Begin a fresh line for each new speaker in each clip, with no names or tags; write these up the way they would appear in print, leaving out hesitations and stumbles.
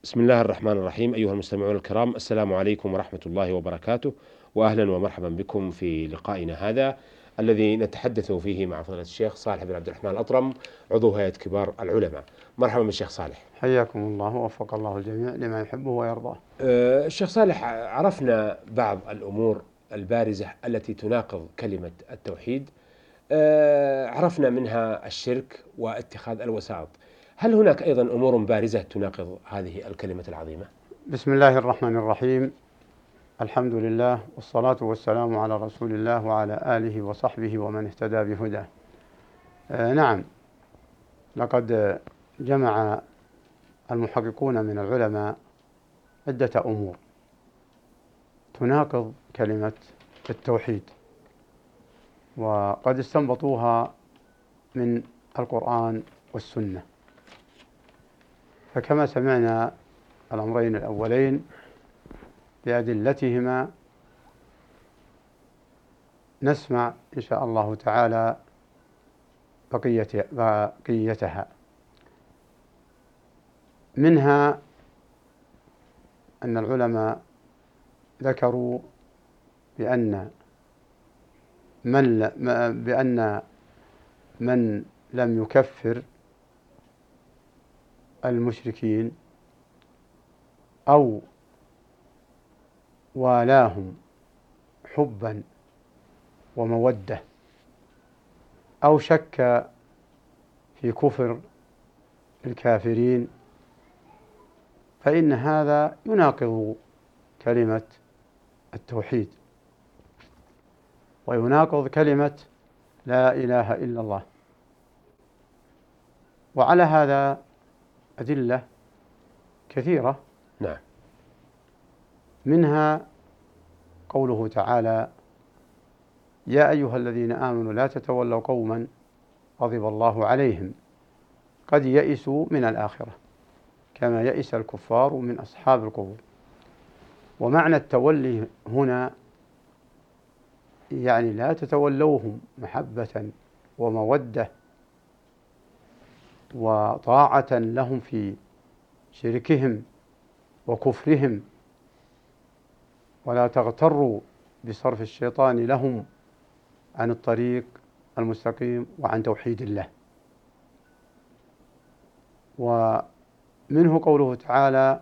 بسم الله الرحمن الرحيم. أيها المستمعون الكرام، السلام عليكم ورحمة الله وبركاته، وأهلا ومرحبا بكم في لقائنا هذا الذي نتحدث فيه مع فضيلة الشيخ صالح بن عبد الرحمن الأطرم، عضو هيئة كبار العلماء. مرحبا بالشيخ صالح.
حياكم الله ووفق الله الجميع لما يحبه ويرضاه.
الشيخ صالح، عرفنا بعض الأمور البارزة التي تناقض كلمة التوحيد. عرفنا منها الشرك واتخاذ الوسائط. هل هناك أيضا أمور بارزة تناقض هذه الكلمة العظيمة؟
بسم الله الرحمن الرحيم. الحمد لله والصلاة والسلام على رسول الله وعلى آله وصحبه ومن اهتدى بهداه. نعم، لقد جمع المحققون من العلماء عدة أمور تناقض كلمة التوحيد، وقد استنبطوها من القرآن والسنة. فكما سمعنا الأمرين الأولين بأدلتهما، نسمع إن شاء الله تعالى بقيتها. منها أن العلماء ذكروا بأن من لم يكفر المشركين أو والاهم حبا ومودة أو شك في كفر الكافرين، فإن هذا يناقض كلمة التوحيد ويناقض كلمة لا إله إلا الله. وعلى هذا أدلة كثيرة،
نعم.
منها قوله تعالى: يا أيها الذين آمنوا لا تتولوا قوما غضب الله عليهم قد يئسوا من الآخرة كما يئس الكفار من أصحاب القبور. ومعنى التولي هنا يعني لا تتولوهم محبة ومودة وطاعة لهم في شركهم وكفرهم، ولا تغتروا بصرف الشيطان لهم عن الطريق المستقيم وعن توحيد الله. ومنه قوله تعالى: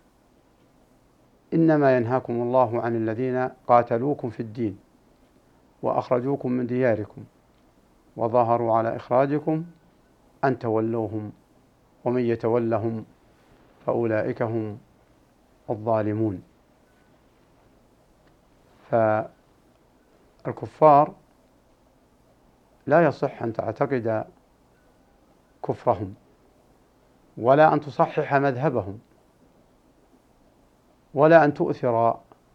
إنما ينهاكم الله عن الذين قاتلوكم في الدين وأخرجوكم من دياركم وظاهروا على إخراجكم أن تولوهم ومن يتولهم فأولئك هم الظالمون. فالكفار لا يصح أن تعتقد كفرهم ولا أن تصحح مذهبهم ولا أن تؤثر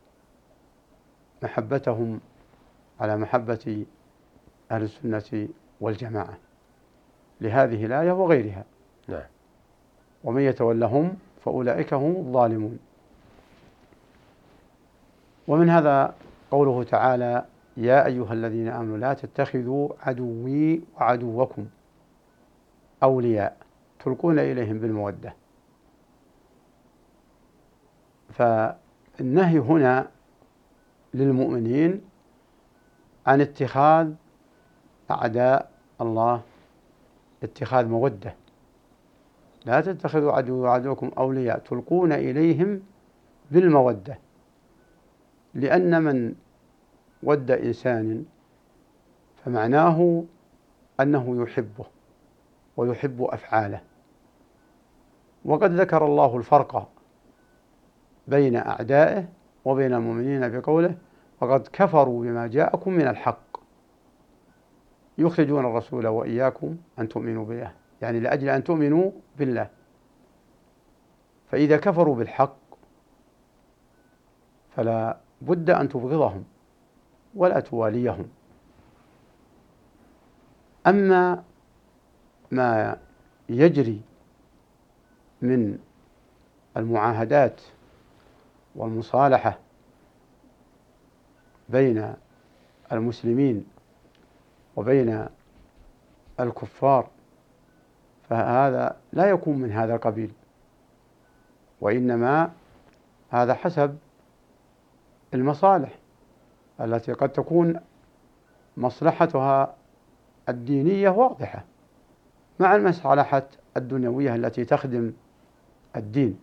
محبتهم على محبة أهل السنة والجماعة لهذه الآية وغيرها.
نعم.
ومن يتولهم فأولئك هم الظالمون. ومن هذا قوله تعالى: يا أيها الذين آمنوا لا تتخذوا عدوي وعدوكم أولياء تلقون إليهم بالمودة. فالنهي هنا للمؤمنين عن اتخاذ أعداء الله اتخاذ مودة. لا تتخذوا عدوي وعدوكم أولياء تلقون إليهم بالمودة، لأن من ود إنسان فمعناه أنه يحبه ويحب أفعاله. وقد ذكر الله الفرق بين أعدائه وبين المؤمنين بقوله: وقد كفروا بما جاءكم من الحق يخرجون الرسول وإياكم أن تؤمنوا بالله، يعني لأجل أن تؤمنوا بالله. فإذا كفروا بالحق فلا بد أن تبغضهم ولا تواليهم. أما ما يجري من المعاهدات والمصالحة بين المسلمين وبين الكفار فهذا لا يكون من هذا القبيل، وإنما هذا حسب المصالح التي قد تكون مصلحتها الدينية واضحة مع المصالح الدنيوية التي تخدم الدين،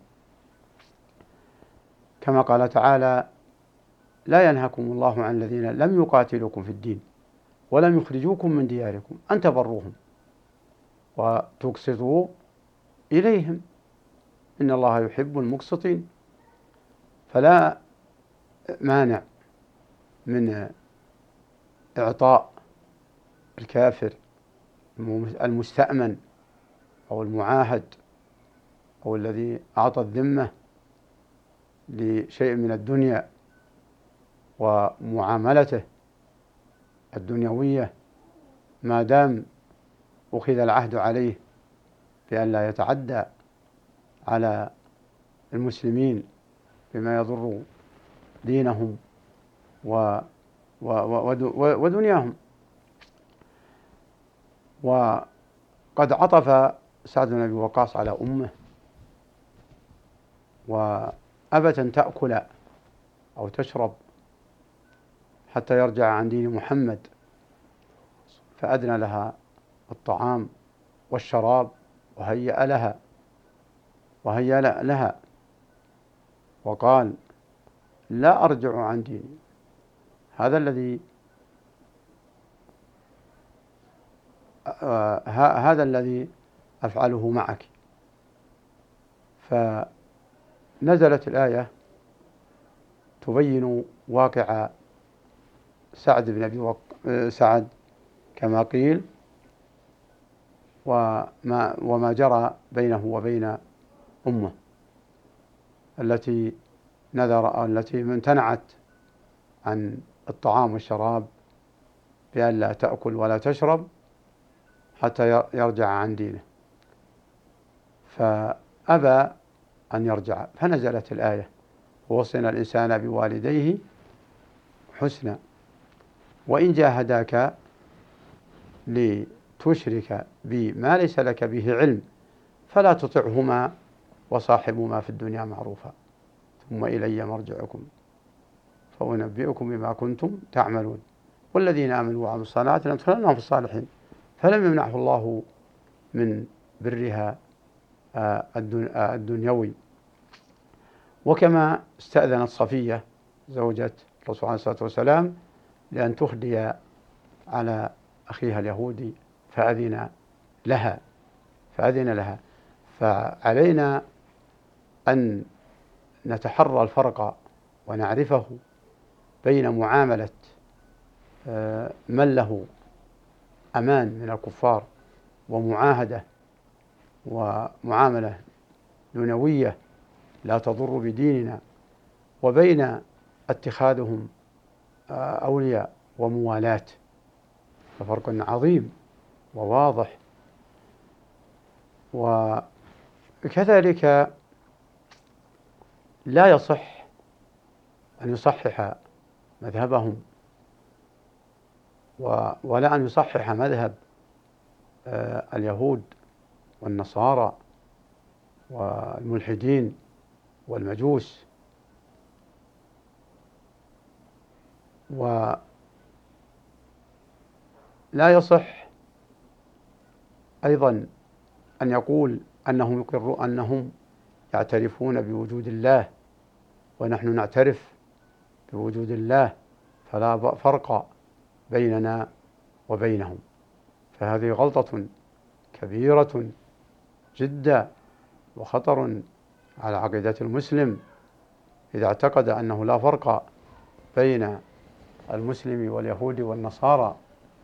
كما قال تعالى: لا ينهاكم الله عن الذين لم يقاتلوكم في الدين ولم يخرجوكم من دياركم أن تبروهم وتقسطوا إليهم إن الله يحب المقسطين. فلا مانع من إعطاء الكافر المستأمن أو المعاهد أو الذي أعطى الذمة لشيء من الدنيا ومعاملته الدنيوية ما دام أخذ العهد عليه بأن لا يتعدى على المسلمين بما يضر دينهم ودنياهم. وقد عطف سعد بن أبي وقاص على أمه وأبت أن تأكل أو تشرب حتى يرجع عن دين محمد، فأدنى لها الطعام والشراب وهيأ لها وقال: لا أرجع عن ديني، هذا الذي أفعله معك. فنزلت الآية تبين واقع سعد كما قيل، وما جرى بينه وبين أمه التي امتنعت عن الطعام والشراب بأن لا تأكل ولا تشرب حتى يرجع عن دينه، فأبى أن يرجع، فنزلت الآية: ووصينا الإنسان بوالديه حسنا وإن جاهداك لتشرك بي ما ليس لك به علم فلا تطعهما وصاحبهما في الدنيا معروفا ثم إلي مرجعكم فأنبئكم بما كنتم تعملون والذين آمنوا وعملوا الصالحات لندخلنهم في الصالحين. فلم يمنعه الله من برها الدنيوي. وكما استأذنت صفية زوجة الرسول عليه الصلاة والسلام لأن تخدي على أخيها اليهودي فأذن لها. فعلينا أن نتحرى الفرق ونعرفه بين معاملة من له أمان من الكفار ومعاهدة ومعاملة دنيوية لا تضر بديننا، وبين اتخاذهم أولياء وموالاة، ففرق عظيم وواضح. وكذلك لا يصح أن يصحح مذهبهم ولا أن يصحح مذهب اليهود والنصارى والملحدين والمجوس، ولا يصح أيضا أن يقول أنهم يعترفون بوجود الله ونحن نعترف بوجود الله فلا فرق بيننا وبينهم، فهذه غلطة كبيرة جدا وخطر على عقيدة المسلم إذا اعتقد أنه لا فرق بين المسلم واليهود والنصارى،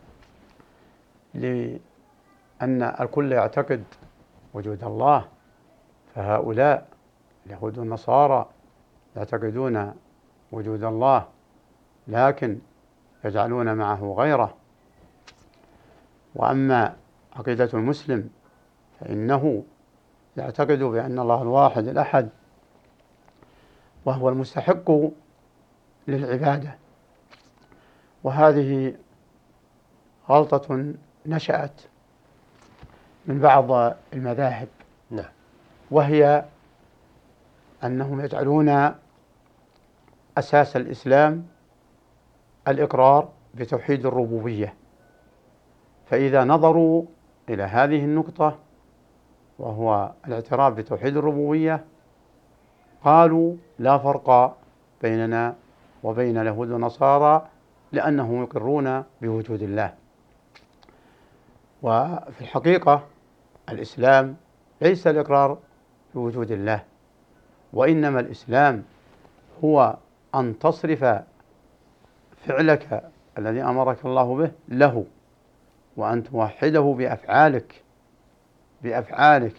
لأن الكل يعتقد وجود الله. فهؤلاء اليهود والنصارى يعتقدون وجود الله لكن يجعلون معه غيره. وأما عقيدة المسلم فإنه يعتقد بأن الله الواحد الأحد وهو المستحق للعبادة. وهذه غلطة نشأت من بعض المذاهب،
نعم.
وهي أنهم يجعلون أساس الإسلام الإقرار بتوحيد الربوبية، فإذا نظروا إلى هذه النقطة وهو الاعتراف بتوحيد الربوبية قالوا لا فرق بيننا وبين اليهود والنصارى لأنهم يقرون بوجود الله. وفي الحقيقة الإسلام ليس الإقرار بوجود الله، وإنما الإسلام هو أن تصرف فعلك الذي أمرك الله به له، وأن توحده بأفعالك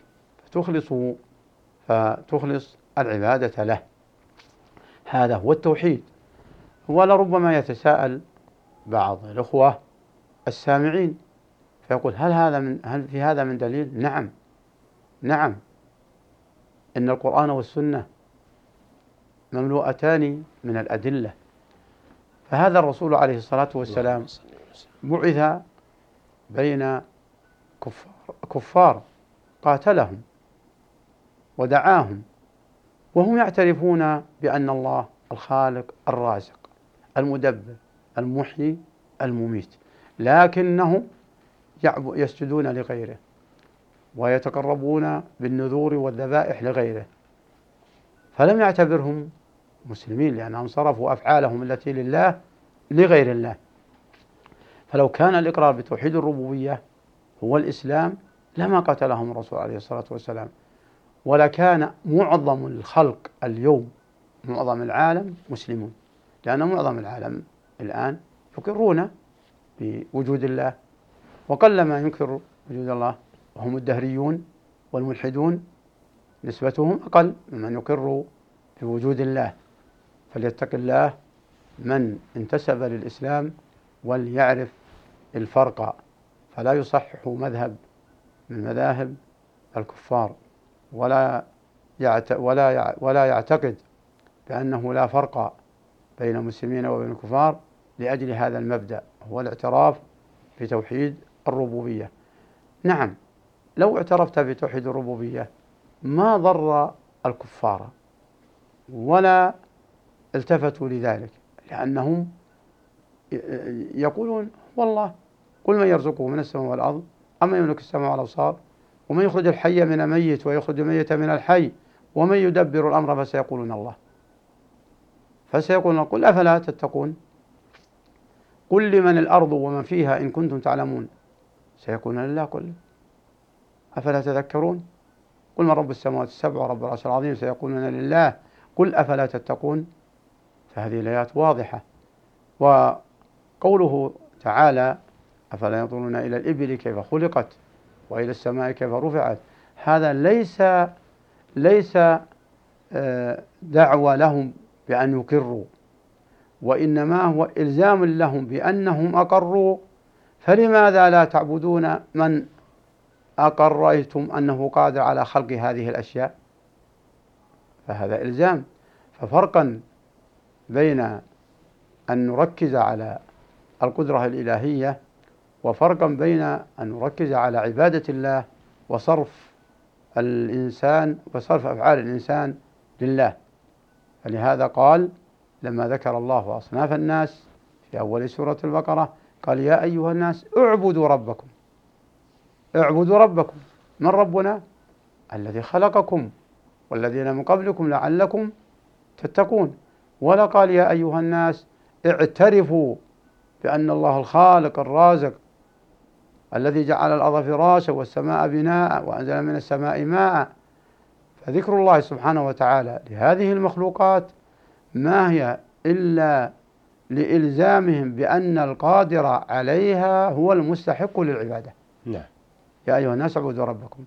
فتخلص العبادة له. هذا هو التوحيد. ولربما يتساءل بعض الأخوة السامعين فيقول هل في هذا من دليل؟ نعم، إن القرآن والسنة مملوءتان من الأدلة. فهذا الرسول عليه الصلاة والسلام بعث بين كفار قاتلهم ودعاهم وهم يعترفون بأن الله الخالق الرازق المدبر المحيي المميت، لكنهم يسجدون لغيره ويتقربون بالنذور والذبائح لغيره، فلم يعتبرهم مسلمين لأنهم صرفوا أفعالهم التي لله لغير الله. فلو كان الإقرار بتوحيد الربوبية هو الإسلام لما قتلهم الرسول عليه الصلاة والسلام، ولكان معظم الخلق اليوم معظم العالم مسلمون، لأن معظم العالم الآن يقرون بوجود الله، وقل ما ينكر وجود الله وهم الدهريون والملحدون نسبتهم أقل ممن يقر بوجود الله. فليتق الله من انتسب للإسلام وليعرف الفرق، فلا يصحح مذهب من مذاهب الكفار ولا يعتقد بأنه لا فرق بين المسلمين وبين الكفار لأجل هذا المبدأ هو الاعتراف بتوحيد الربوبية. نعم، لو اعترفت بتوحيد الربوبية ما ضر الكفار ولا التفتوا لذلك، لأنهم يقولون والله قل من يرزقه من السماء والأرض أما يملك السماء والأبصار ومن يخرج الحي من الميت ويخرج الميت من الحي ومن يدبر الأمر فسيقولون الله. قل أفلا تتقون قل لمن الأرض ومن فيها إن كنتم تعلمون سيقولون لله قل أفلا تذكرون قل من رب السماوات السبع ورب العرش العظيم سيقولون لله قل أفلا تتقون. فهذه الآيات واضحة. وقوله تعالى أفلا ينظرون إلى الإبل كيف خلقت وإلى السماء كيف رفعت، هذا ليس دعوة لهم بأن يقروا، وإنما هو إلزام لهم بأنهم أقروا، فلماذا لا تعبدون من أقريتم أنه قادر على خلق هذه الأشياء؟ فهذا إلزام. ففرقا بين أن نركز على القدرة الإلهية وفرقا بين أن نركز على عبادة الله وصرف أفعال الإنسان لله. فلهذا قال لما ذكر الله أصناف الناس في أول سورة البقرة قال يا أيها الناس اعبدوا ربكم. من ربنا؟ الذي خلقكم والذين من قبلكم لعلكم تتقون. ولا قال يا أيها الناس اعترفوا بأن الله الخالق الرازق الذي جعل الأرض فراشا والسماء بناء وأنزل من السماء ماء. فذكر الله سبحانه وتعالى لهذه المخلوقات ما هي إلا لإلزامهم بأن القادر عليها هو المستحق للعبادة.
نعم.
يا أيها الناس اعبدوا ربكم.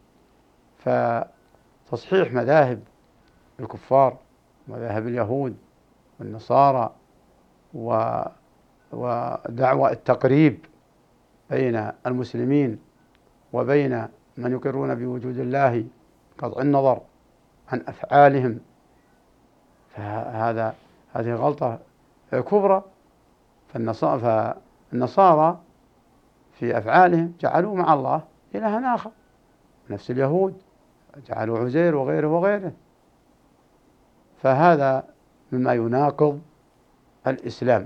فتصحيح مذاهب الكفار ومذاهب اليهود والنصارى ودعوى التقريب بين المسلمين وبين من يقرون بوجود الله قطع النظر عن أفعالهم، هذه غلطة كبرى. فالنصارى في أفعالهم جعلوا مع الله إلها آخر، نفس اليهود جعلوا عزير وغيره. فهذا مما يناقض الإسلام.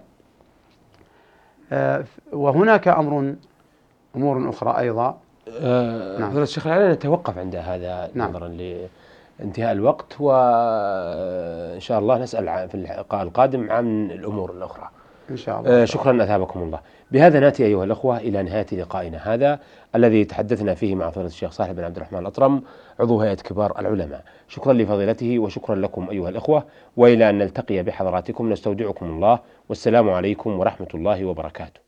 وهناك أمور أخرى أيضا.
نعم. فضيلة الشيخ الآن نتوقف عند هذا نظرا لانتهاء الوقت، وإن شاء الله نسأل في اللقاء القادم عن الأمور الأخرى
إن شاء الله.
شكرا أثابكم الله. بهذا نأتي أيها الأخوة إلى نهاية لقائنا هذا الذي تحدثنا فيه مع فضيلة الشيخ صالح بن عبد الرحمن الأطرم عضو هيئة كبار العلماء. شكرا لفضيلته وشكرا لكم أيها الأخوة، وإلى أن نلتقي بحضراتكم نستودعكم الله، والسلام عليكم ورحمة الله وبركاته.